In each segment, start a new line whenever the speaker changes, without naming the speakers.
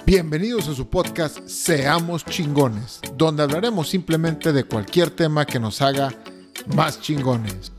Bienvenidos a su podcast Seamos Chingones, donde hablaremos simplemente de cualquier tema que nos haga más chingones.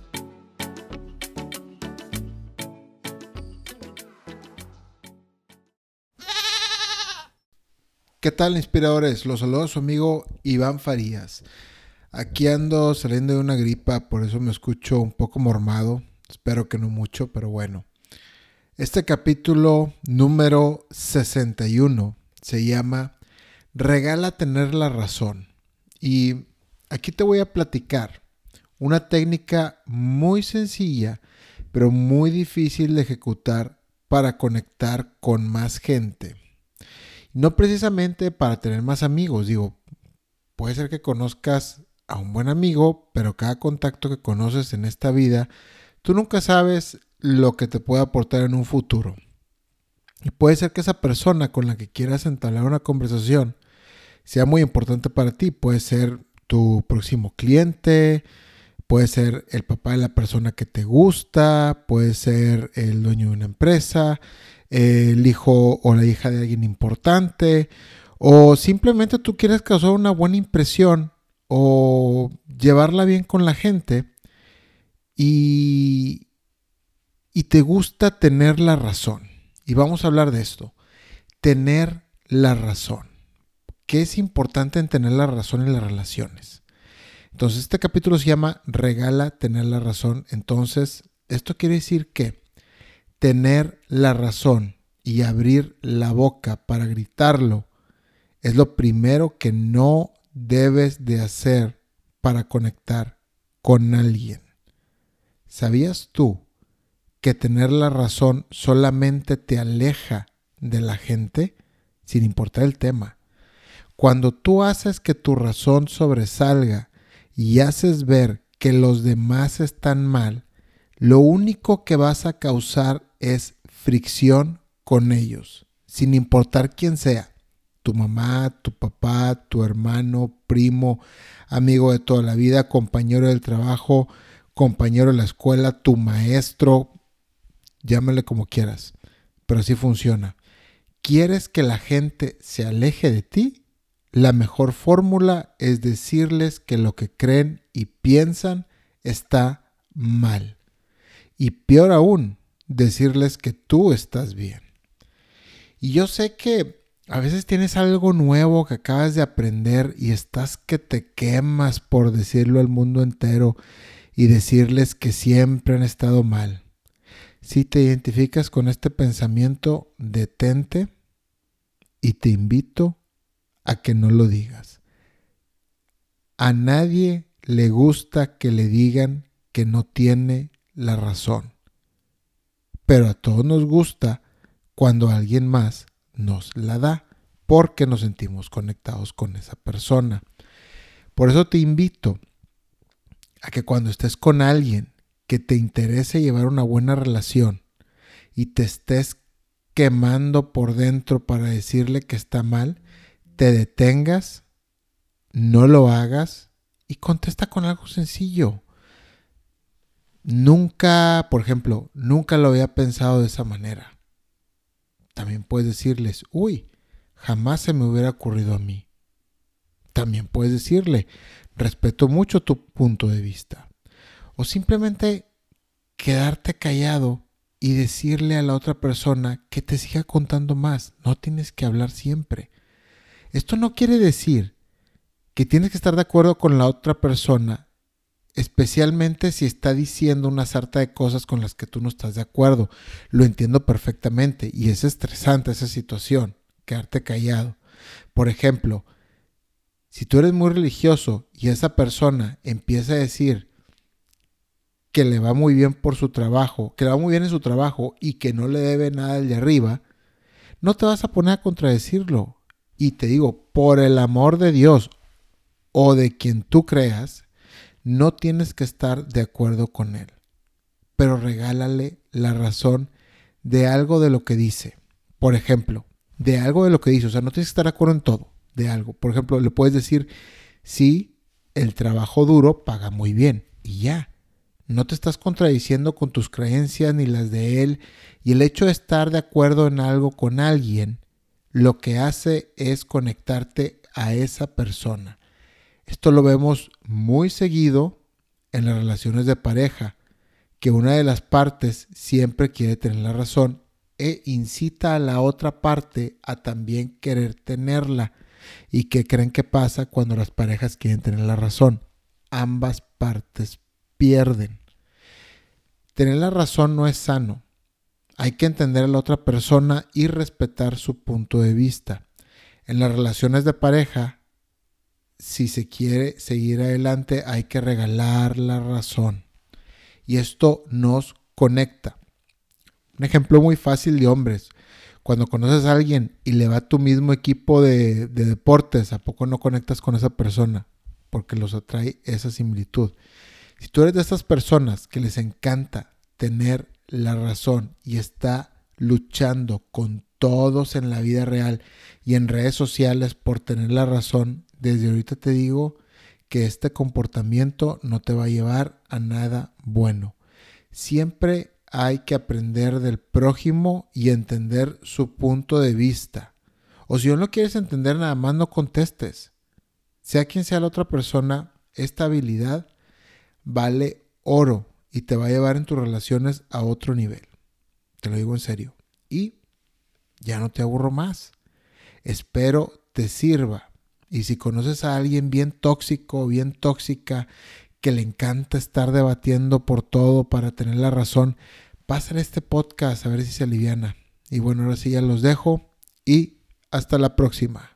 ¿Qué tal, inspiradores? Los saluda su amigo Iván Farías. Aquí ando saliendo de una gripa, por eso me escucho un poco mormado. Espero que no mucho, pero bueno. Este capítulo número 61 se llama Regala tener la razón. Y aquí te voy a platicar una técnica muy sencilla, pero muy difícil de ejecutar para conectar con más gente. No precisamente para tener más amigos. Puede ser que conozcas a un buen amigo, pero cada contacto que conoces en esta vida, tú nunca sabes lo que te puede aportar en un futuro. Y puede ser que esa persona con la que quieras entablar una conversación sea muy importante para ti. Puede ser tu próximo cliente, puede ser el papá de la persona que te gusta, puede ser el dueño de una empresa, el hijo o la hija de alguien importante, o simplemente tú quieres causar una buena impresión o llevarla bien con la gente y te gusta tener la razón. Y vamos a hablar de esto, tener la razón. ¿Qué es importante en tener la razón en las relaciones? Entonces, este capítulo se llama Regala tener la razón. Entonces, esto quiere decir que tener la razón y abrir la boca para gritarlo es lo primero que no debes de hacer para conectar con alguien. ¿Sabías tú que tener la razón solamente te aleja de la gente sin importar el tema? Cuando tú haces que tu razón sobresalga y haces ver que los demás están mal, lo único que vas a causar es fricción con ellos, sin importar quién sea. Tu mamá, tu papá, tu hermano, primo, amigo de toda la vida, compañero del trabajo, compañero de la escuela, tu maestro, llámale como quieras, pero así funciona. ¿Quieres que la gente se aleje de ti? La mejor fórmula es decirles que lo que creen y piensan está mal. Y peor aún, decirles que tú estás bien. Y yo sé que a veces tienes algo nuevo que acabas de aprender y estás que te quemas por decirlo al mundo entero y decirles que siempre han estado mal. Si te identificas con este pensamiento, detente y te invito a que no lo digas. A nadie le gusta que le digan que no tiene la razón, pero a todos nos gusta cuando alguien más nos la da porque nos sentimos conectados con esa persona. Por eso te invito a que cuando estés con alguien que te interese llevar una buena relación y te estés quemando por dentro para decirle que está mal, te detengas, no lo hagas y contesta con algo sencillo. Nunca lo había pensado de esa manera. También puedes decirles, jamás se me hubiera ocurrido a mí. También puedes decirle, respeto mucho tu punto de vista. O simplemente quedarte callado y decirle a la otra persona que te siga contando más. No tienes que hablar siempre. Esto no quiere decir que tienes que estar de acuerdo con la otra persona, especialmente si está diciendo una sarta de cosas con las que tú no estás de acuerdo. Lo entiendo perfectamente y es estresante esa situación, quedarte callado. Por ejemplo, si tú eres muy religioso y esa persona empieza a decir que le va muy bien por su trabajo, que le va muy bien en su trabajo y que no le debe nada al de arriba, no te vas a poner a contradecirlo. Y te digo, por el amor de Dios o de quien tú creas, no tienes que estar de acuerdo con él. Pero regálale la razón de algo de lo que dice. Por ejemplo, de algo de lo que dice. O sea, no tienes que estar de acuerdo en todo, de algo. Por ejemplo, le puedes decir, sí, el trabajo duro paga muy bien. Y ya. No te estás contradiciendo con tus creencias ni las de él. Y el hecho de estar de acuerdo en algo con alguien lo que hace es conectarte a esa persona. Esto lo vemos muy seguido en las relaciones de pareja, que una de las partes siempre quiere tener la razón e incita a la otra parte a también querer tenerla. ¿Y qué creen que pasa cuando las parejas quieren tener la razón? Ambas partes pierden. Tener la razón no es sano. Hay que entender a la otra persona y respetar su punto de vista. En las relaciones de pareja, si se quiere seguir adelante, hay que regalar la razón. Y esto nos conecta. Un ejemplo muy fácil de hombres. Cuando conoces a alguien y le va a tu mismo equipo de deportes, ¿a poco no conectas con esa persona? Porque los atrae esa similitud. Si tú eres de estas personas que les encanta tener la razón y está luchando con todos en la vida real y en redes sociales por tener la razón, desde ahorita te digo que este comportamiento no te va a llevar a nada bueno. Siempre hay que aprender del prójimo y entender su punto de vista. O si no quieres entender, nada más no contestes. Sea quien sea la otra persona, esta habilidad vale oro y te va a llevar en tus relaciones a otro nivel. Te lo digo en serio. Y ya no te aburro más. Espero te sirva. Y si conoces a alguien bien tóxico, bien tóxica, que le encanta estar debatiendo por todo para tener la razón, pásale este podcast a ver si se aliviana. Y bueno, ahora sí ya los dejo y hasta la próxima.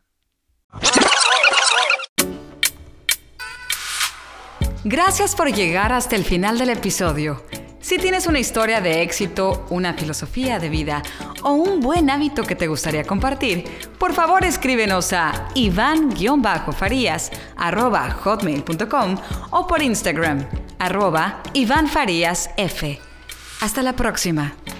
Gracias por llegar hasta el final del episodio. Si tienes una historia de éxito, una filosofía de vida o un buen hábito que te gustaría compartir, por favor escríbenos a ivan-farías@hotmail.com o por Instagram @ivanfariasf. Hasta la próxima.